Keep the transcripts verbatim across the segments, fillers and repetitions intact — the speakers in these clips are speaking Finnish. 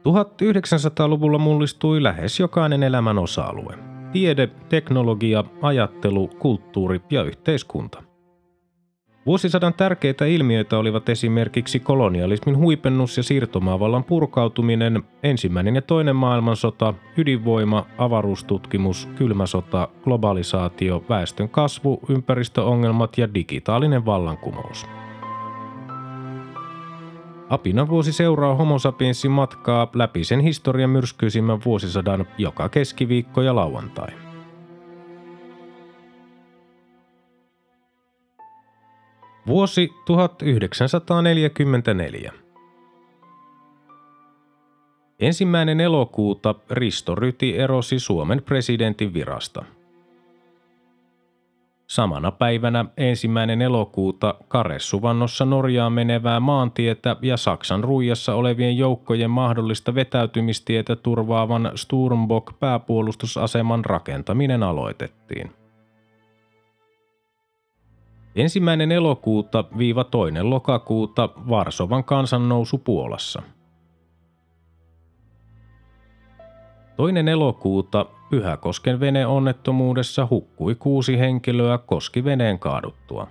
tuhatyhdeksänsataaluvulla mullistui lähes jokainen elämän osa-alue. Tiede, teknologia, ajattelu, kulttuuri ja yhteiskunta. Vuosisadan tärkeitä ilmiöitä olivat esimerkiksi kolonialismin huipennus ja siirtomaavallan purkautuminen, ensimmäinen ja toinen maailmansota, ydinvoima, avaruustutkimus, kylmä sota, globalisaatio, väestön kasvu, ympäristöongelmat ja digitaalinen vallankumous. Apinan vuosi seuraa Homo sapiensin matkaa läpi sen historian myrskyisimmän vuosisadan joka keskiviikko ja lauantai. Vuosi tuhatyhdeksänsataaneljäkymmentäneljä. Ensimmäinen elokuuta Risto Ryti erosi Suomen presidentin virasta. Samana päivänä ensimmäinen elokuuta Karesuvannossa Norjaan menevää maantietä ja Saksan Ruijassa olevien joukkojen mahdollista vetäytymistietä turvaavan Sturmbock pääpuolustusaseman rakentaminen aloitettiin. Ensimmäinen elokuuta viiva toinen lokakuuta Varsovan kansannousu Puolassa. Toinen elokuuta Pyhäkosken veneonnettomuudessa hukkui kuusi henkilöä Koskiveneen kaaduttua.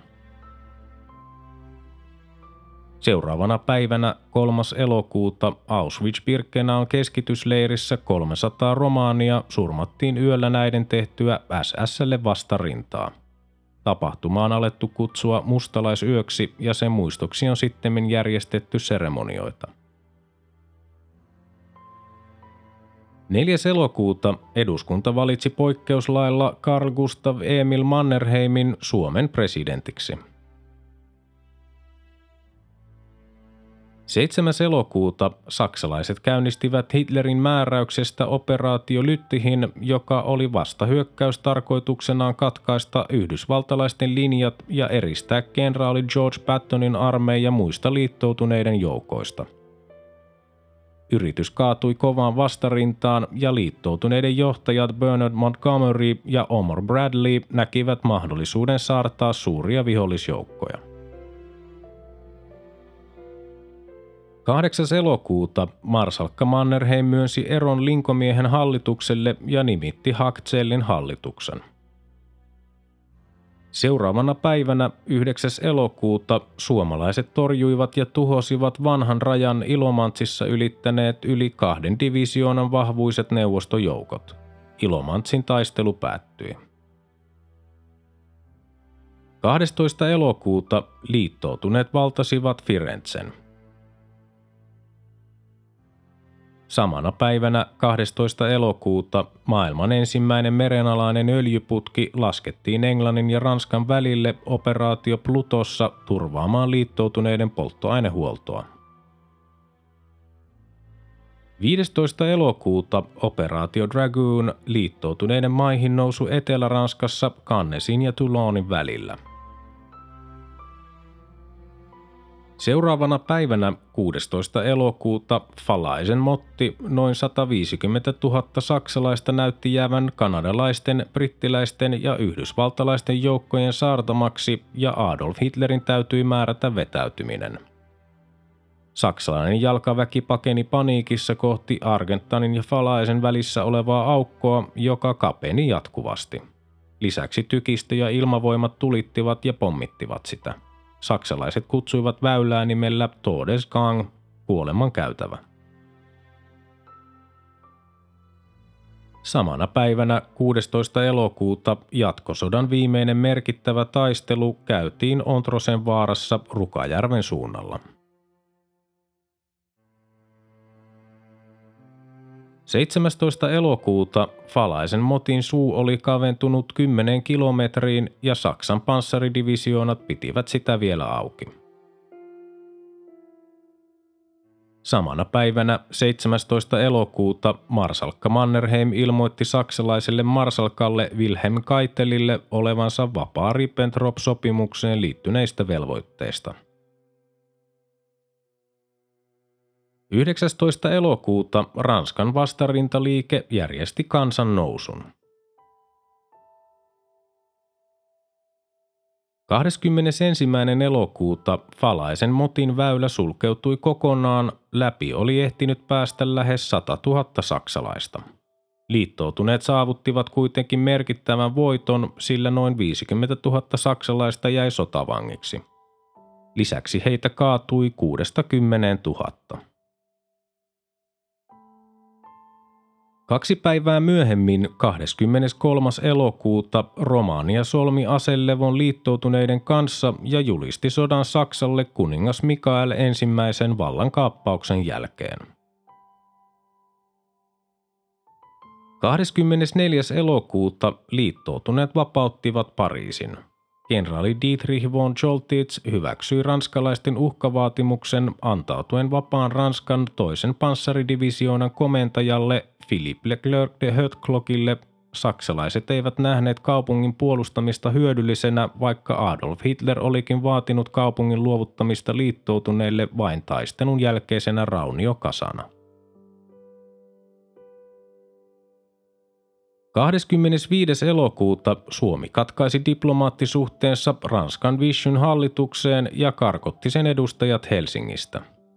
Seuraavana päivänä kolmas elokuuta Auschwitz-Birkenaun keskitysleirissä kolmesataa romaania surmattiin yöllä näiden tehtyä S S:lle vastarintaa. Tapahtuma on alettu kutsua mustalaisyöksi ja sen muistoksi on sittemmin järjestetty seremonioita. neljäs elokuuta eduskunta valitsi poikkeuslailla Carl Gustav Emil Mannerheimin Suomen presidentiksi. seitsemäs elokuuta saksalaiset käynnistivät Hitlerin määräyksestä operaatio Lüttihin, joka oli vastahyökkäys tarkoituksenaan katkaista yhdysvaltalaisten linjat ja eristää kenraali George Pattonin armeija muista liittoutuneiden joukoista. Yritys kaatui kovaan vastarintaan ja liittoutuneiden johtajat Bernard Montgomery ja Omar Bradley näkivät mahdollisuuden saartaa suuria vihollisjoukkoja. kahdeksas elokuuta marsalkka Mannerheim myönsi eron Linkomiehen hallitukselle ja nimitti Hagzellin hallituksen. Seuraavana päivänä yhdeksäs elokuuta suomalaiset torjuivat ja tuhosivat vanhan rajan Ilomantsissa ylittäneet yli kahden divisioonan vahvuiset neuvostojoukot. Ilomantsin taistelu päättyi. kahdestoista elokuuta liittoutuneet valtasivat Firenzen. Samana päivänä kahdestoista elokuuta maailman ensimmäinen merenalainen öljyputki laskettiin Englannin ja Ranskan välille operaatio Plutossa turvaamaan liittoutuneiden polttoainehuoltoa. viidestoista elokuuta operaatio Dragoon liittoutuneiden maihin nousu Etelä-Ranskassa Cannesin ja Toulounin välillä. Seuraavana päivänä kuudestoista elokuuta Falaisen motti noin sataviisikymmentätuhatta saksalaista näytti jäävän kanadalaisten, brittiläisten ja yhdysvaltalaisten joukkojen saartamaksi ja Adolf Hitlerin täytyi määrätä vetäytyminen. Saksalainen jalkaväki pakeni paniikissa kohti Argentanin ja Falaisen välissä olevaa aukkoa, joka kapeni jatkuvasti. Lisäksi tykistö ja ilmavoimat tulittivat ja pommittivat sitä. Saksalaiset kutsuivat väylää nimellä Todesgang, kuoleman käytävä. Samana päivänä kuudestoista elokuuta jatkosodan viimeinen merkittävä taistelu käytiin Ontrosen vaarassa Rukajärven suunnalla. seitsemästoista elokuuta Falaisen motin suu oli kaventunut kymmeneen kilometriin ja Saksan panssaridivisioonat pitivät sitä vielä auki. Samana päivänä seitsemästoista elokuuta marsalkka Mannerheim ilmoitti saksalaiselle marsalkalle Wilhelm Keitelille olevansa vapaa Ribbentrop-sopimukseen liittyneistä velvoitteista. yhdeksästoista elokuuta Ranskan vastarintaliike järjesti kansannousun. kahdeskymmenesensimmäinen elokuuta Falaisen motin väylä sulkeutui kokonaan, läpi oli ehtinyt päästä lähes satatuhatta saksalaista. Liittoutuneet saavuttivat kuitenkin merkittävän voiton, sillä noin viisikymmentätuhatta saksalaista jäi sotavangiksi. Lisäksi heitä kaatui kuudesta kymmeneen tuhatta. Kaksi päivää myöhemmin, kahdeskymmeneskolmas elokuuta, Romania solmi aselevon liittoutuneiden kanssa ja julisti sodan Saksalle kuningas Mikael ensimmäisen vallankaappauksen jälkeen. kahdeskymmenesneljäs elokuuta liittoutuneet vapauttivat Pariisin. Kenraali Dietrich von Choltitz hyväksyi ranskalaisten uhkavaatimuksen antautuen vapaan Ranskan toisen panssaridivisioonan komentajalle Philippe Leclerc de Hauteclocquille. Saksalaiset eivät nähneet kaupungin puolustamista hyödyllisenä, vaikka Adolf Hitler olikin vaatinut kaupungin luovuttamista liittoutuneille vain taistelun jälkeisenä rauniokasana. kahdeskymmenesviides elokuuta Suomi katkaisi diplomaattisuhteensa Ranskan Vichyn hallitukseen ja karkotti sen edustajat Helsingistä.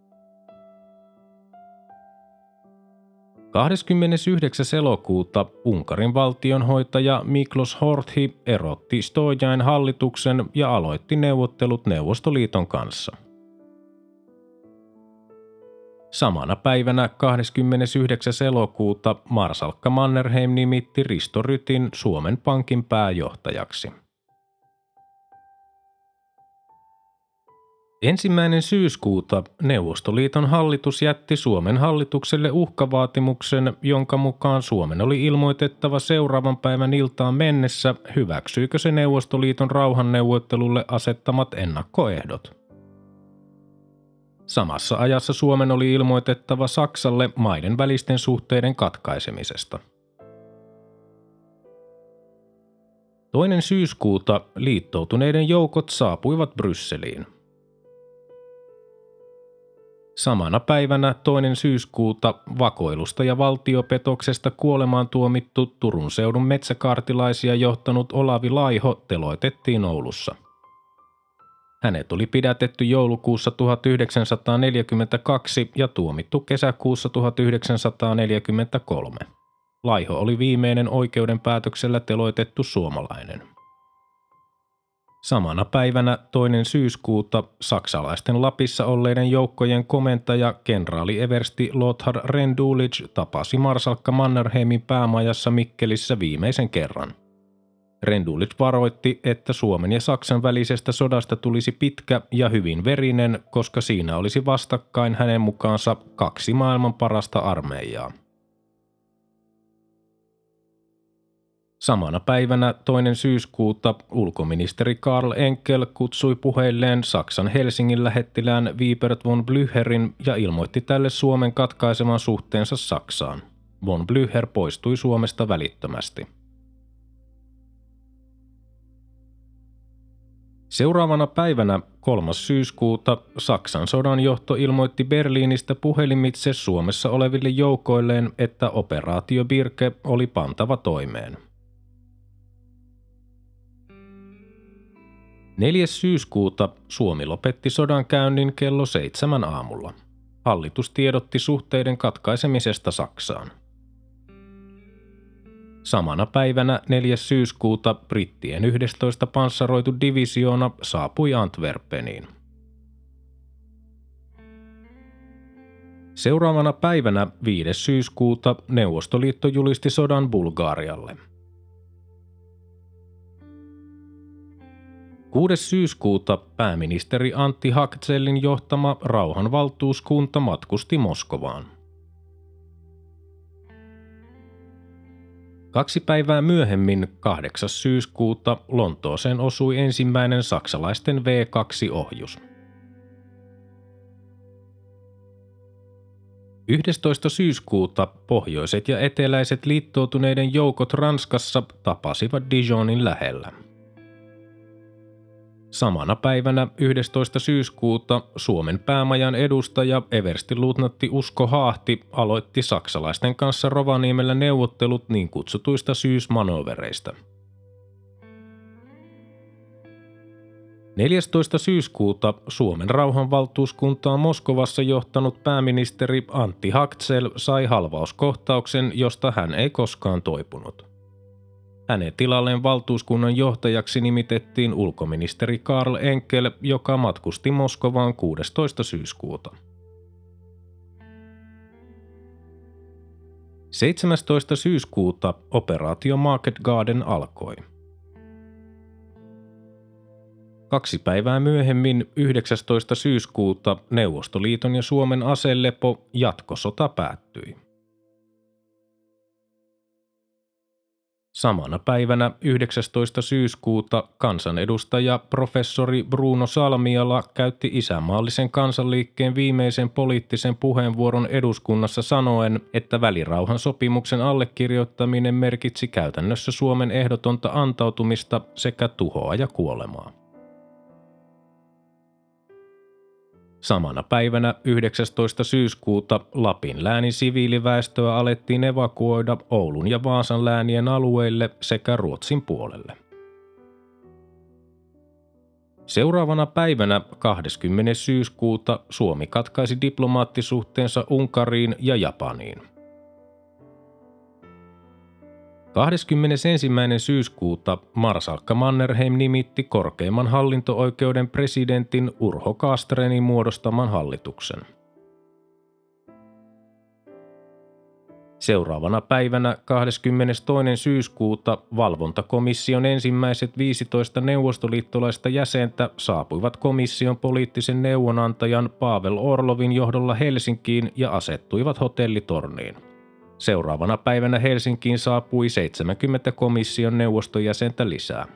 kahdeskymmenesyhdeksäs elokuuta Unkarin valtionhoitaja Miklos Horthy erotti Stojain hallituksen ja aloitti neuvottelut Neuvostoliiton kanssa. Samana päivänä kahdeskymmenesyhdeksäs elokuuta marsalkka Mannerheim nimitti Risto Rytin Suomen Pankin pääjohtajaksi. Ensimmäinen syyskuuta Neuvostoliiton hallitus jätti Suomen hallitukselle uhkavaatimuksen, jonka mukaan Suomen oli ilmoitettava seuraavan päivän iltaan mennessä, hyväksyykö se Neuvostoliiton rauhanneuvottelulle asettamat ennakkoehdot. Samassa ajassa Suomen oli ilmoitettava Saksalle maiden välisten suhteiden katkaisemisesta. Toinen syyskuuta liittoutuneiden joukot saapuivat Brysseliin. Samana päivänä toinen syyskuuta vakoilusta ja valtiopetoksesta kuolemaan tuomittu Turun seudun metsäkaartilaisia johtanut Olavi Laiho teloitettiin Oulussa. Hänet oli pidätetty joulukuussa tuhatyhdeksänsataaneljäkymmentäkaksi ja tuomittu kesäkuussa tuhatyhdeksänsataaneljäkymmentäkolme. Laiho oli viimeinen oikeuden päätöksellä teloitettu suomalainen. Samana päivänä toinen syyskuuta saksalaisten Lapissa olleiden joukkojen komentaja kenraali eversti Lothar Rendulic tapasi marsalkka Mannerheimin päämajassa Mikkelissä viimeisen kerran. Rendulic varoitti, että Suomen ja Saksan välisestä sodasta tulisi pitkä ja hyvin verinen, koska siinä olisi vastakkain hänen mukaansa kaksi maailman parasta armeijaa. Samana päivänä toinen syyskuuta ulkoministeri Karl Enkel kutsui puheilleen Saksan Helsingin lähettilään Wibert von Blücherin ja ilmoitti tälle Suomen katkaisevan suhteensa Saksaan. Von Blücher poistui Suomesta välittömästi. Seuraavana päivänä kolmas syyskuuta Saksan sodanjohto ilmoitti Berliinistä puhelimitse Suomessa oleville joukoilleen, että operaatio Birke oli pantava toimeen. neljäs syyskuuta Suomi lopetti sodankäynnin kello seitsemän aamulla. Hallitus tiedotti suhteiden katkaisemisesta Saksaan. Samana päivänä neljäs syyskuuta brittien yhdestoista panssaroitu divisioona saapui Antwerpeniin. Seuraavana päivänä viides syyskuuta Neuvostoliitto julisti sodan Bulgarialle. kuudes syyskuuta pääministeri Antti Haktzelin johtama rauhanvaltuuskunta matkusti Moskovaan. Kaksi päivää myöhemmin, kahdeksas syyskuuta, Lontooseen osui ensimmäinen saksalaisten V kaksi -ohjus. yhdestoista syyskuuta pohjoiset ja eteläiset liittoutuneiden joukot Ranskassa tapasivat Dijonin lähellä. Samana päivänä yhdestoista syyskuuta Suomen päämajan edustaja everstiluutnantti Usko Haahti aloitti saksalaisten kanssa Rovaniemellä neuvottelut niin kutsutuista syysmanövereistä. neljästoista syyskuuta Suomen rauhanvaltuuskuntaa Moskovassa johtanut pääministeri Antti Haktzel sai halvauskohtauksen, josta hän ei koskaan toipunut. Hänen tilalleen valtuuskunnan johtajaksi nimitettiin ulkoministeri Karl Enkel, joka matkusti Moskovaan kuudestoista syyskuuta. seitsemästoista syyskuuta operaatio Market Garden alkoi. Kaksi päivää myöhemmin, yhdeksästoista syyskuuta, Neuvostoliiton ja Suomen aselepo jatkosota päättyi. Samana päivänä yhdeksästoista syyskuuta kansanedustaja professori Bruno Salmiala käytti isänmaallisen kansanliikkeen viimeisen poliittisen puheenvuoron eduskunnassa sanoen, että välirauhan sopimuksen allekirjoittaminen merkitsi käytännössä Suomen ehdotonta antautumista sekä tuhoa ja kuolemaa. Samana päivänä yhdeksästoista syyskuuta Lapin läänin siviiliväestöä alettiin evakuoida Oulun ja Vaasan läänien alueille sekä Ruotsin puolelle. Seuraavana päivänä kahdeskymmenes syyskuuta Suomi katkaisi diplomaattisuhteensa Unkariin ja Japaniin. kahdeskymmenesensimmäinen syyskuuta marsalkka Mannerheim nimitti korkeimman hallinto-oikeuden presidentin Urho Castrenin muodostaman hallituksen. Seuraavana päivänä kahdeskymmenestoinen syyskuuta valvontakomission ensimmäiset viisitoista neuvostoliittolaista jäsentä saapuivat komission poliittisen neuvonantajan Pavel Orlovin johdolla Helsinkiin ja asettuivat hotellitorniin. Seuraavana päivänä Helsinkiin saapui seitsemänkymmentä komission neuvostojäsentä lisää.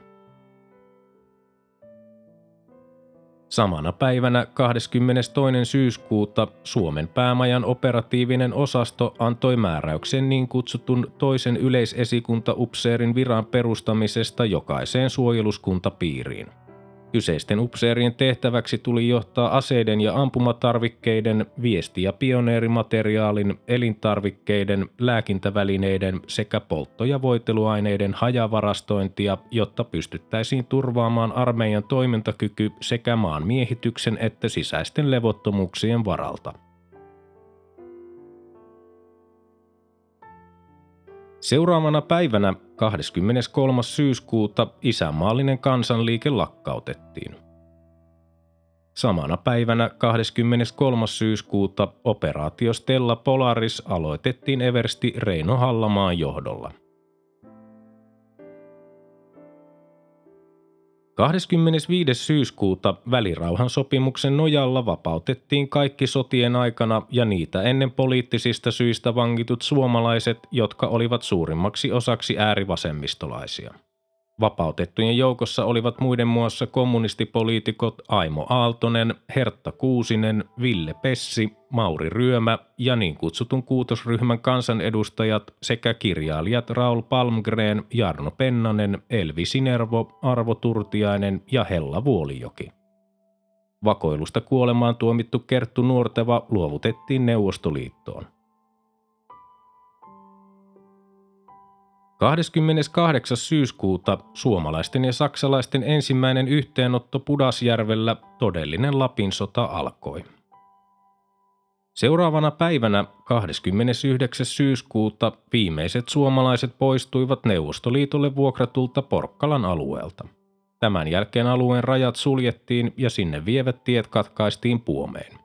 Samana päivänä kahdeskymmenestoinen syyskuuta Suomen päämajan operatiivinen osasto antoi määräyksen niin kutsutun toisen yleisesikuntaupseerin viran perustamisesta jokaiseen suojeluskuntapiiriin. Kyseisten upseerien tehtäväksi tuli johtaa aseiden ja ampumatarvikkeiden, viesti- ja pioneerimateriaalin, elintarvikkeiden, lääkintävälineiden sekä poltto- ja voiteluaineiden hajavarastointia, jotta pystyttäisiin turvaamaan armeijan toimintakyky sekä maan miehityksen että sisäisten levottomuuksien varalta. Seuraavana päivänä kahdeskymmeneskolmas syyskuuta isänmaallinen kansanliike lakkautettiin. Samana päivänä kahdeskymmeneskolmas syyskuuta operaatio Stella Polaris aloitettiin eversti Reino Hallamaan johdolla. kahdeskymmenesviides syyskuuta välirauhan sopimuksen nojalla vapautettiin kaikki sotien aikana ja niitä ennen poliittisista syistä vangitut suomalaiset, jotka olivat suurimmaksi osaksi äärivasemmistolaisia. Vapautettujen joukossa olivat muiden muassa kommunistipoliitikot Aimo Aaltonen, Hertta Kuusinen, Ville Pessi, Mauri Ryömä ja niin kutsutun kuutosryhmän kansanedustajat sekä kirjailijat Raul Palmgren, Jarno Pennanen, Elvi Sinervo, Arvo Turtiainen ja Hella Vuolijoki. Vakoilusta kuolemaan tuomittu Kerttu Nuorteva luovutettiin Neuvostoliittoon. kahdeskymmeneskahdeksas syyskuuta suomalaisten ja saksalaisten ensimmäinen yhteenotto Pudasjärvellä, todellinen Lapin sota, alkoi. Seuraavana päivänä kahdeskymmenesyhdeksäs syyskuuta viimeiset suomalaiset poistuivat Neuvostoliitolle vuokratulta Porkkalan alueelta. Tämän jälkeen alueen rajat suljettiin ja sinne vievät tiet katkaistiin puomeen.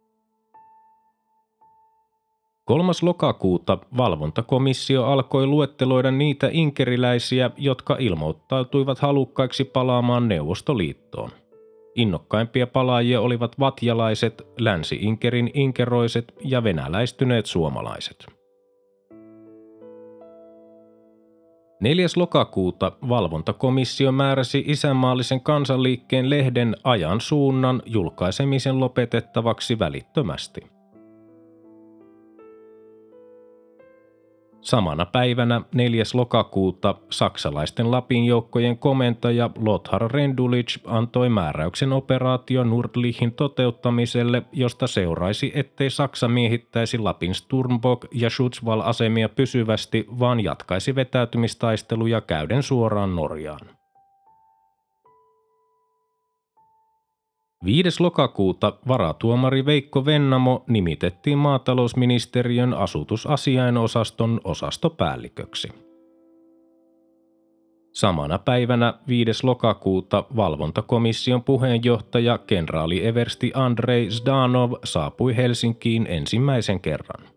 kolmas lokakuuta valvontakomissio alkoi luetteloida niitä inkeriläisiä, jotka ilmoittautuivat halukkaiksi palaamaan Neuvostoliittoon. Innokkaimpia palaajia olivat vatjalaiset, länsi-inkerin inkeroiset ja venäläistyneet suomalaiset. neljäs lokakuuta valvontakomissio määräsi isänmaallisen kansanliikkeen lehden Ajan suunnan julkaisemisen lopetettavaksi välittömästi. Samana päivänä neljäs lokakuuta saksalaisten Lapin joukkojen komentaja Lothar Rendulic antoi määräyksen operaatio Nordlichin toteuttamiselle, josta seuraisi, ettei Saksa miehittäisi Lapin Sturmbock- ja Schutzwall-asemia pysyvästi, vaan jatkaisi vetäytymistaisteluja käyden suoraan Norjaan. viides lokakuuta varatuomari Veikko Vennamo nimitettiin maatalousministeriön asutusasiainosaston osastopäälliköksi. Samana päivänä viides lokakuuta valvontakomission puheenjohtaja kenraali eversti Andrei Zdanov saapui Helsinkiin ensimmäisen kerran.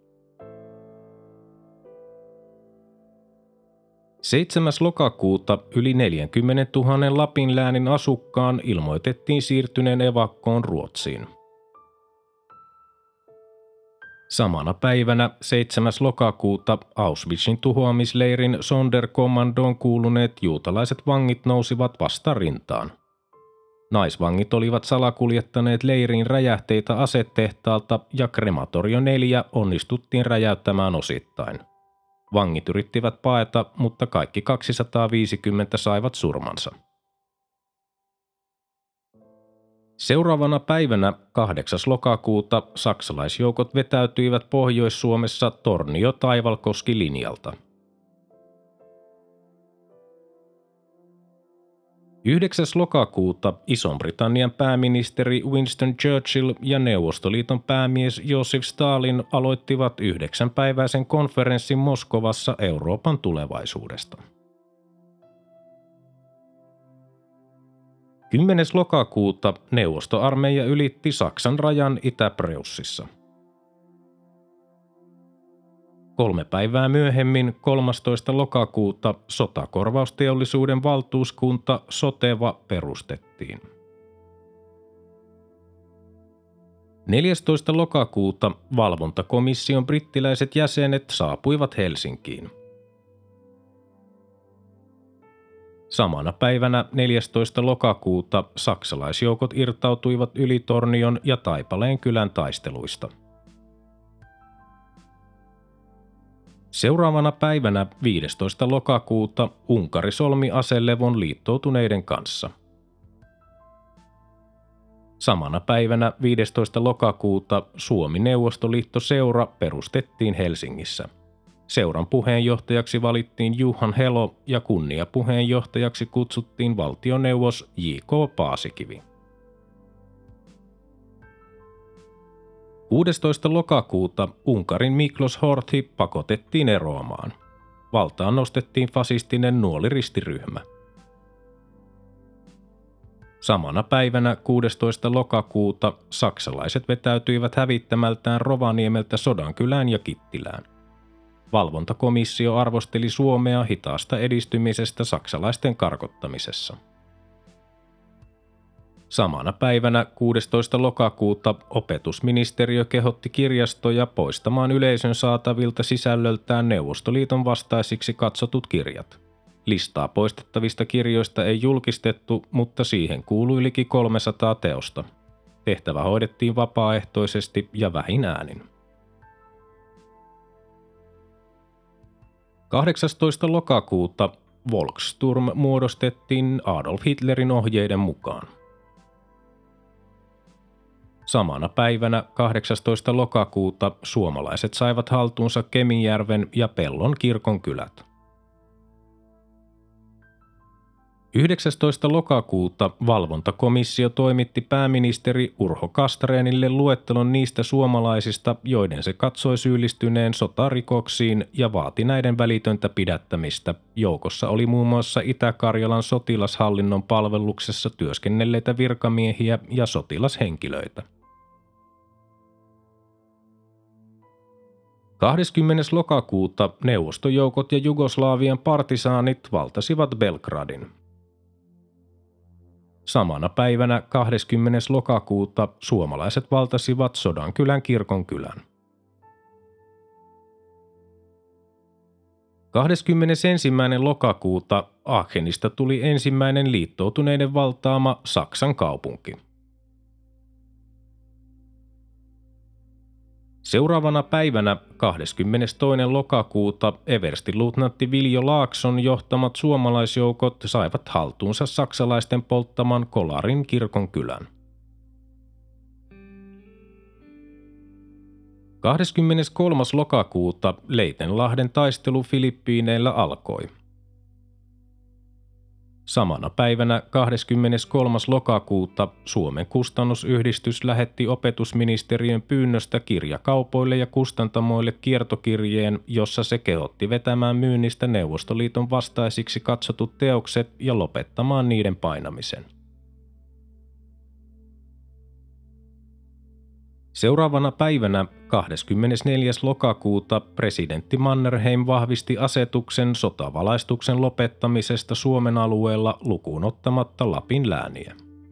seitsemäs lokakuuta yli neljäkymmentätuhatta Lapin läänin asukkaan ilmoitettiin siirtyneen evakkoon Ruotsiin. Samana päivänä seitsemäs lokakuuta Auschwitzin tuhoamisleirin Sonderkommandoon kuuluneet juutalaiset vangit nousivat vastarintaan. Naisvangit olivat salakuljettaneet leiriin räjähteitä asetehtaalta ja krematorio neljä onnistuttiin räjäyttämään osittain. Vangit yrittivät paeta, mutta kaikki kaksisataaviisikymmentä saivat surmansa. Seuraavana päivänä kahdeksas lokakuuta saksalaisjoukot vetäytyivät Pohjois-Suomessa Tornio-Taivalkoski-linjalta. yhdeksäs lokakuuta Ison-Britannian pääministeri Winston Churchill ja Neuvostoliiton päämies Josif Stalin aloittivat yhdeksänpäiväisen konferenssin Moskovassa Euroopan tulevaisuudesta. kymmenes lokakuuta neuvostoarmeija ylitti Saksan rajan Itä-Preussissa. Kolme päivää myöhemmin, kolmastoista lokakuuta, sotakorvausteollisuuden valtuuskunta Soteva perustettiin. neljästoista lokakuuta valvontakomission brittiläiset jäsenet saapuivat Helsinkiin. Samana päivänä neljästoista lokakuuta saksalaisjoukot irtautuivat Ylitornion ja Taipaleen kylän taisteluista. Seuraavana päivänä viidestoista lokakuuta Unkari solmi aselevon liittoutuneiden kanssa. Samana päivänä viidestoista lokakuuta Suomi-Neuvostoliitto-seura perustettiin Helsingissä. Seuran puheenjohtajaksi valittiin Juhan Helo ja kunniapuheenjohtajaksi kutsuttiin valtioneuvos J K Paasikivi. kuudestoista lokakuuta Unkarin Miklos Horthy pakotettiin eroamaan. Valtaan nostettiin fasistinen nuoliristiryhmä. Samana päivänä kuudestoista lokakuuta saksalaiset vetäytyivät hävittämältään Rovaniemeltä Sodankylään ja Kittilään. Valvontakomissio arvosteli Suomea hitaasta edistymisestä saksalaisten karkottamisessa. Samana päivänä kuudestoista lokakuuta opetusministeriö kehotti kirjastoja poistamaan yleisön saatavilta sisällöltään Neuvostoliiton vastaisiksi katsotut kirjat. Listaa poistettavista kirjoista ei julkistettu, mutta siihen kuului liki kolmesataa teosta. Tehtävä hoidettiin vapaaehtoisesti ja vähin äänin. kahdeksastoista lokakuuta Volkssturm muodostettiin Adolf Hitlerin ohjeiden mukaan. Samana päivänä kahdeksastoista lokakuuta suomalaiset saivat haltuunsa Kemijärven ja Pellon kirkonkylät. yhdeksästoista lokakuuta valvontakomissio toimitti pääministeri Urho Castrénille luettelon niistä suomalaisista, joiden se katsoi syyllistyneen sotarikoksiin ja vaati näiden välitöntä pidättämistä. Joukossa oli muun muassa Itä-Karjalan sotilashallinnon palveluksessa työskennelleitä virkamiehiä ja sotilashenkilöitä. kahdeskymmenes lokakuuta neuvostojoukot ja Jugoslavian partisaanit valtasivat Belgradin. Samana päivänä kahdeskymmenes lokakuuta suomalaiset valtasivat Sodankylän kirkonkylän. kahdeskymmenesensimmäinen lokakuuta Aachenista tuli ensimmäinen liittoutuneiden valtaama Saksan kaupunki. Seuraavana päivänä kahdeskymmenestoinen lokakuuta everstiluutnantti Viljo Laakson johtamat suomalaisjoukot saivat haltuunsa saksalaisten polttaman Kolarin kirkonkylän. kahdeskymmeneskolmas lokakuuta Leitenlahden taistelu Filippiineillä alkoi. Samana päivänä kahdeskymmeneskolmas lokakuuta Suomen kustannusyhdistys lähetti opetusministeriön pyynnöstä kirjakaupoille ja kustantamoille kiertokirjeen, jossa se kehotti vetämään myynnistä Neuvostoliiton vastaisiksi katsotut teokset ja lopettamaan niiden painamisen. Seuraavana päivänä kahdeskymmenesneljäs lokakuuta presidentti Mannerheim vahvisti asetuksen sotavalaistuksen lopettamisesta Suomen alueella lukuun ottamatta Lapin lääniä.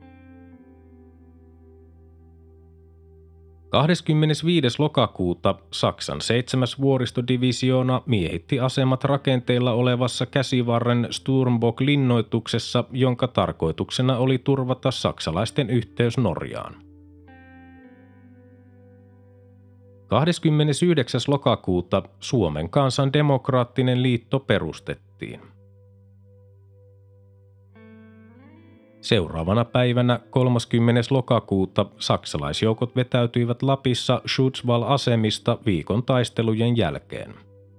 kahdeskymmenesviides lokakuuta Saksan seitsemäs vuoristodivisioona miehitti asemat rakenteilla olevassa Käsivarren Sturmbock-linnoituksessa, jonka tarkoituksena oli turvata saksalaisten yhteys Norjaan. kahdeskymmenesyhdeksäs lokakuuta Suomen kansan demokraattinen liitto perustettiin. Seuraavana päivänä kolmaskymmenes lokakuuta saksalaisjoukot vetäytyivät Lapissa Schutzwall-asemista viikon taistelujen jälkeen.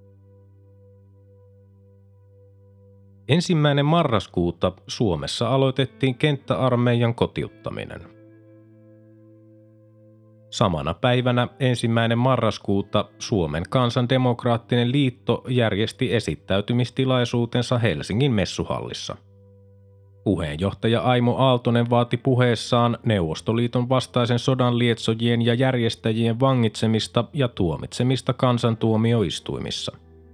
Ensimmäinen marraskuuta Suomessa aloitettiin kenttäarmeijan kotiuttaminen. Samana päivänä ensimmäinen marraskuuta Suomen kansandemokraattinen liitto järjesti esittäytymistilaisuutensa Helsingin messuhallissa. Puheenjohtaja Aimo Aaltonen vaati puheessaan Neuvostoliiton vastaisen sodan lietsojien ja järjestäjien vangitsemista ja tuomitsemista kansantuomioistuimissa.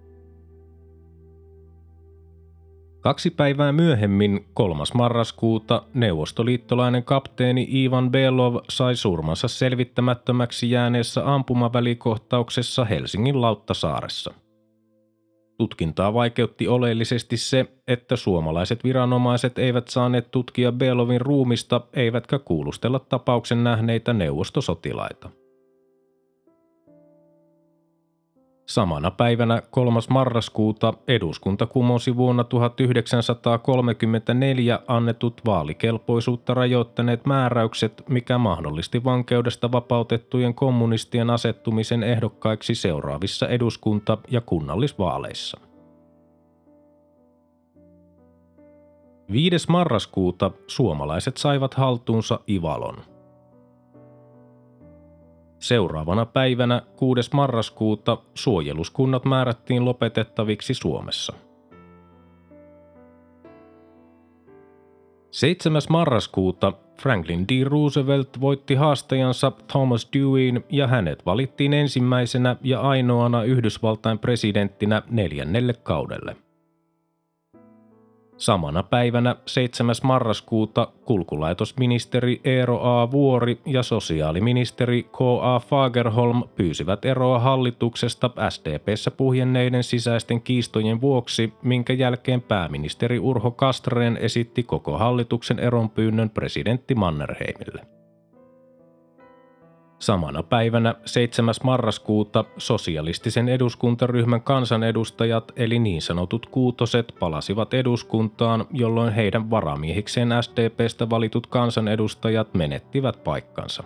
Kaksi päivää myöhemmin, kolmas marraskuuta, neuvostoliittolainen kapteeni Ivan Belov sai surmansa selvittämättömäksi jääneessä ampumavälikohtauksessa Helsingin Lauttasaaressa. Tutkintaa vaikeutti oleellisesti se, että suomalaiset viranomaiset eivät saaneet tutkia Belovin ruumista eivätkä kuulustella tapauksen nähneitä neuvostosotilaita. Samana päivänä kolmas marraskuuta eduskunta kumosi vuonna tuhatyhdeksänsataakolmekymmentäneljä annetut vaalikelpoisuutta rajoittaneet määräykset, mikä mahdollisti vankeudesta vapautettujen kommunistien asettumisen ehdokkaiksi seuraavissa eduskunta- ja kunnallisvaaleissa. viides marraskuuta suomalaiset saivat haltuunsa Ivalon. Seuraavana päivänä kuudes marraskuuta suojeluskunnat määrättiin lopetettaviksi Suomessa. seitsemäs marraskuuta Franklin D. Roosevelt voitti haastajansa Thomas Dewayn ja hänet valittiin ensimmäisenä ja ainoana Yhdysvaltain presidenttinä neljännelle kaudelle. Samana päivänä seitsemäs marraskuuta kulkulaitosministeri Eero A. Vuori ja sosiaaliministeri K. A. Fagerholm pyysivät eroa hallituksesta S D P:ssä puhjenneiden sisäisten kiistojen vuoksi, minkä jälkeen pääministeri Urho Castrén esitti koko hallituksen eronpyynnön presidentti Mannerheimille. Samana päivänä seitsemäs marraskuuta sosialistisen eduskuntaryhmän kansanedustajat eli niin sanotut kuutoset palasivat eduskuntaan, jolloin heidän varamiehikseen S D P:stä valitut kansanedustajat menettivät paikkansa.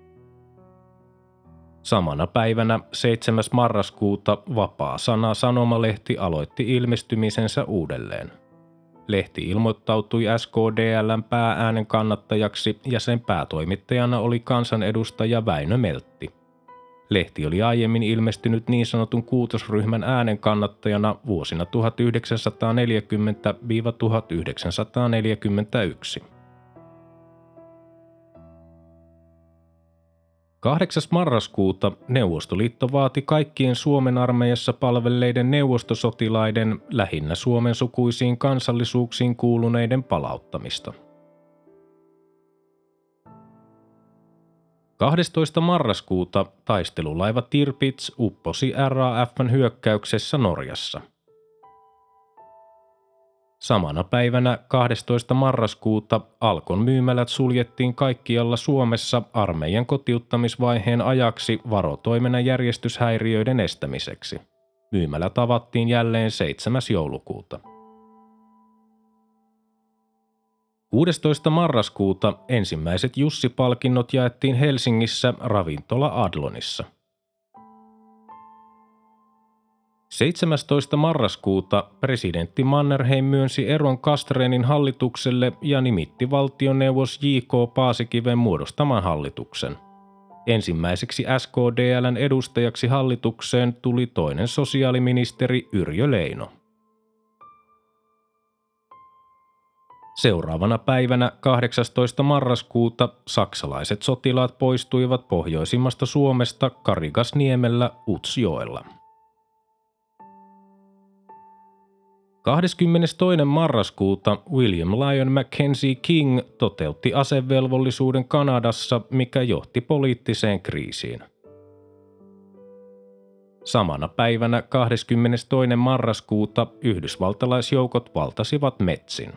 Samana päivänä seitsemäs marraskuuta Vapaa Sana sanomalehti aloitti ilmestymisensä uudelleen. Lehti ilmoittautui S K D L:n päääänen kannattajaksi ja sen päätoimittajana oli kansanedustaja Väinö Meltti. Lehti oli aiemmin ilmestynyt niin sanotun kuutosryhmän äänen kannattajana vuosina tuhatyhdeksänsataaneljäkymmentä - tuhatyhdeksänsataaneljäkymmentäyksi. kahdeksas marraskuuta Neuvostoliitto vaati kaikkien Suomen armeijassa palvelleiden neuvostosotilaiden, lähinnä Suomen sukuisiin kansallisuuksiin kuuluneiden palauttamista. kahdestoista marraskuuta taistelulaiva Tirpitz upposi R A F:n hyökkäyksessä Norjassa. Samana päivänä kahdestoista marraskuuta Alkon myymälät suljettiin kaikkialla Suomessa armeijan kotiuttamisvaiheen ajaksi varotoimena järjestyshäiriöiden estämiseksi. Myymälät avattiin jälleen seitsemäs joulukuuta. kuudestoista marraskuuta ensimmäiset Jussi-palkinnot jaettiin Helsingissä ravintola Adlonissa. seitsemästoista marraskuuta presidentti Mannerheim myönsi eron Castrenin hallitukselle ja nimitti valtioneuvos J K Paasikiven muodostaman hallituksen. Ensimmäiseksi S K D L:n edustajaksi hallitukseen tuli toinen sosiaaliministeri Yrjö Leino. Seuraavana päivänä kahdeksastoista marraskuuta saksalaiset sotilaat poistuivat pohjoisimmasta Suomesta Karigasniemellä Utsjoella. kahdeskymmenestoinen marraskuuta William Lyon Mackenzie King toteutti asevelvollisuuden Kanadassa, mikä johti poliittiseen kriisiin. Samana päivänä kahdeskymmenestoinen marraskuuta yhdysvaltalaisjoukot valtasivat Metsin.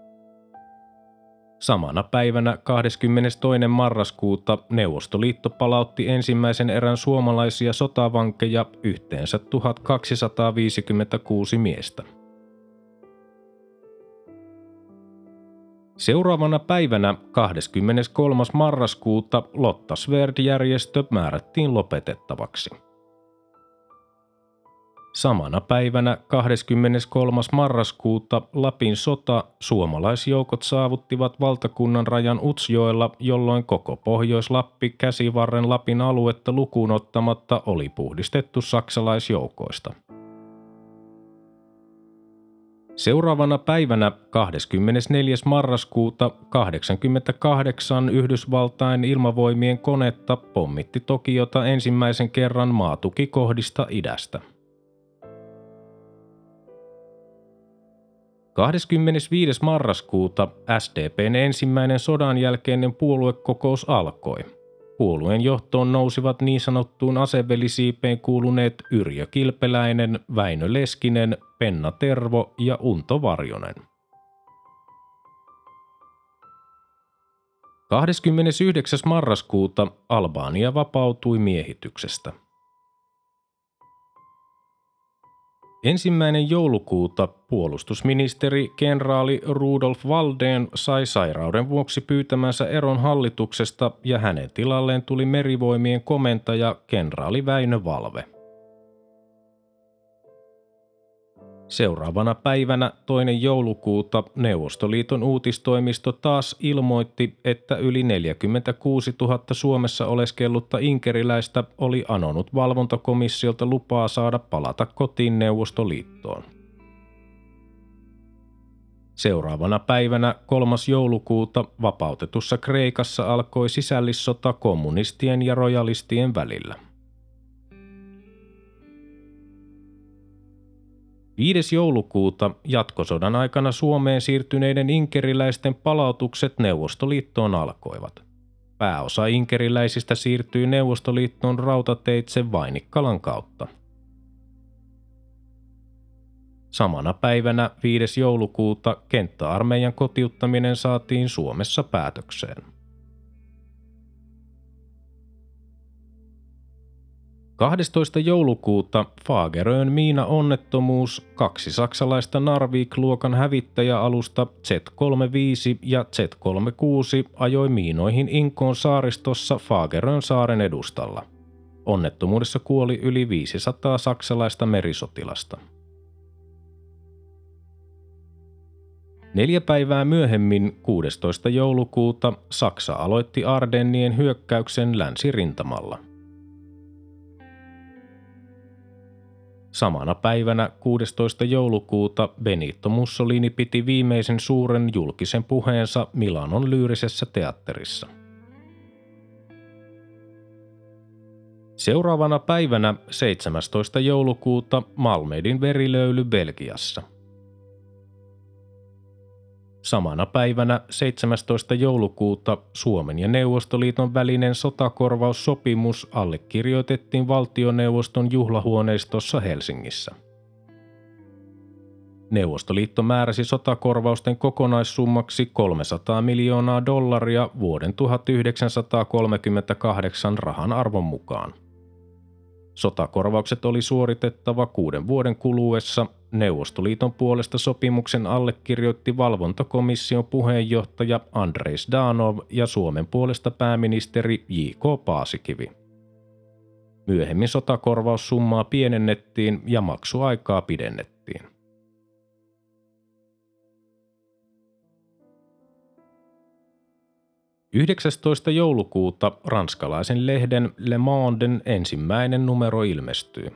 Samana päivänä kahdeskymmenestoinen marraskuuta Neuvostoliitto palautti ensimmäisen erän suomalaisia sotavankeja, yhteensä tuhatkaksisataaviisikymmentäkuusi miestä. Seuraavana päivänä kahdeskymmeneskolmas marraskuuta Lotta Svärd-järjestö määrättiin lopetettavaksi. Samana päivänä kahdeskymmeneskolmas marraskuuta Lapin sota suomalaisjoukot saavuttivat valtakunnan rajan Utsjoella, jolloin koko Pohjois-Lappi Käsivarren Lapin aluetta lukuun ottamatta oli puhdistettu saksalaisjoukoista. Seuraavana päivänä kahdeskymmenesneljäs marraskuuta kahdeksankymmentäkahdeksan Yhdysvaltain ilmavoimien konetta pommitti Tokiota ensimmäisen kerran maatukikohdista idästä. kahdeskymmenesviides marraskuuta S D P:n ensimmäinen sodan jälkeinen puoluekokous alkoi. Puolueen johtoon nousivat niin sanottuun asevellisiipeen kuuluneet Yrjö Kilpeläinen, Väinö Leskinen, Penna Tervo ja Unto Varjonen. kahdeskymmenesyhdeksäs marraskuuta Albania vapautui miehityksestä. Ensimmäinen joulukuuta puolustusministeri kenraali Rudolf Waldén sai sairauden vuoksi pyytämänsä eron hallituksesta ja hänen tilalleen tuli merivoimien komentaja kenraali Väinö Valve. Seuraavana päivänä toinen joulukuuta Neuvostoliiton uutistoimisto taas ilmoitti, että yli neljäkymmentäkuusituhatta Suomessa oleskellutta inkeriläistä oli anonut valvontakomissiolta lupaa saada palata kotiin Neuvostoliittoon. Seuraavana päivänä kolmas joulukuuta vapautetussa Kreikassa alkoi sisällissota kommunistien ja rojalistien välillä. viides joulukuuta jatkosodan aikana Suomeen siirtyneiden inkeriläisten palautukset Neuvostoliittoon alkoivat. Pääosa inkeriläisistä siirtyi Neuvostoliittoon rautateitse Vainikkalan kautta. Samana päivänä viides joulukuuta kenttäarmeijan kotiuttaminen saatiin Suomessa päätökseen. kahdestoista joulukuuta Fagerön miinaonnettomuus, kaksi saksalaista Narvik-luokan hävittäjäalusta Z kolmekymmentäviisi ja Z kolmekymmentäkuusi ajoi miinoihin Inkoon saaristossa Fagerön saaren edustalla. Onnettomuudessa kuoli yli viisisataa saksalaista merisotilasta. Neljä päivää myöhemmin, kuudestoista joulukuuta, Saksa aloitti Ardennien hyökkäyksen länsirintamalla. Samana päivänä kuudestoista joulukuuta Benito Mussolini piti viimeisen suuren julkisen puheensa Milanon Lyyrisessä teatterissa. Seuraavana päivänä seitsemästoista joulukuuta Malmedin verilöyly Belgiassa. Samana päivänä seitsemästoista joulukuuta Suomen ja Neuvostoliiton välinen sotakorvaussopimus allekirjoitettiin valtioneuvoston juhlahuoneistossa Helsingissä. Neuvostoliitto määräsi sotakorvausten kokonaissummaksi kolmesataa miljoonaa dollaria vuoden tuhatyhdeksänsataakolmekymmentäkahdeksan rahan arvon mukaan. Sotakorvaukset oli suoritettava kuuden vuoden kuluessa. Neuvostoliiton puolesta sopimuksen allekirjoitti valvontakomission puheenjohtaja Andrej Zdanov ja Suomen puolesta pääministeri J K Paasikivi. Myöhemmin sotakorvaussummaa pienennettiin ja maksuaikaa pidennettiin. yhdeksästoista joulukuuta ranskalaisen lehden Le Monden ensimmäinen numero ilmestyy.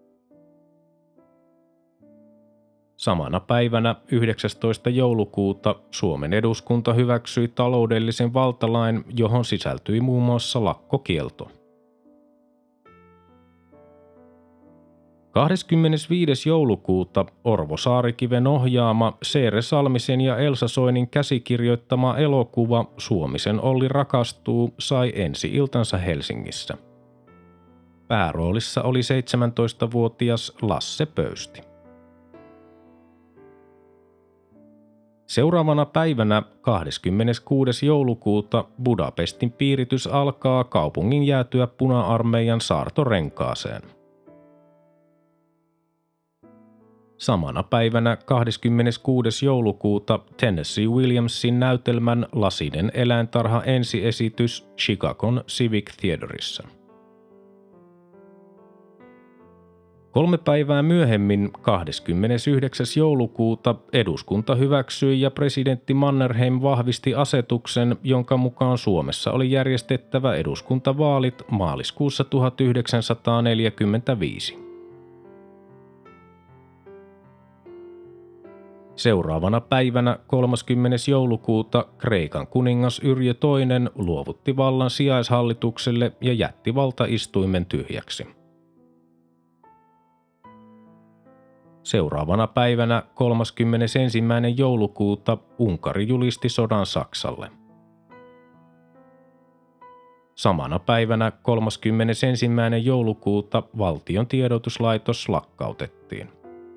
Samana päivänä yhdeksästoista joulukuuta Suomen eduskunta hyväksyi taloudellisen valtalain, johon sisältyi muun muassa lakkokielto. kahdeskymmenesviides joulukuuta Orvo Saarikiven ohjaama Seere Salmisen ja Elsa Soinin käsikirjoittama elokuva Suomisen Olli rakastuu sai ensi-iltansa Helsingissä. Pääroolissa oli seitsemäntoistavuotias Lasse Pöysti. Seuraavana päivänä kahdeskymmeneskuudes joulukuuta Budapestin piiritys alkaa kaupungin jäätyä Puna-armeijan saartorenkaaseen. Samana päivänä kahdeskymmeneskuudes joulukuuta Tennessee Williamsin näytelmän Lasinen eläintarha ensiesitys Chicagon Civic Theaterissa. Kolme päivää myöhemmin, kahdeskymmenesyhdeksäs joulukuuta, eduskunta hyväksyi ja presidentti Mannerheim vahvisti asetuksen, jonka mukaan Suomessa oli järjestettävä eduskuntavaalit maaliskuussa tuhatyhdeksänsataaneljäkymmentäviisi. Seuraavana päivänä kolmaskymmenes joulukuuta Kreikan kuningas Yrjö toinen luovutti vallan sijaishallitukselle ja jätti valtaistuimen tyhjäksi. Seuraavana päivänä kolmaskymmenesensimmäinen joulukuuta Unkari julisti sodan Saksalle. Samana päivänä kolmaskymmenesensimmäinen joulukuuta valtion tiedotuslaitos lakkautettiin.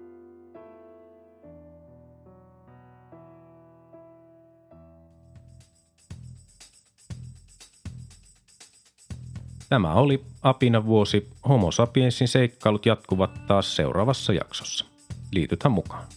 Tämä oli Apina-vuosi. Homo sapiensin seikkailut jatkuvat taas seuraavassa jaksossa. Liitythän mukaan.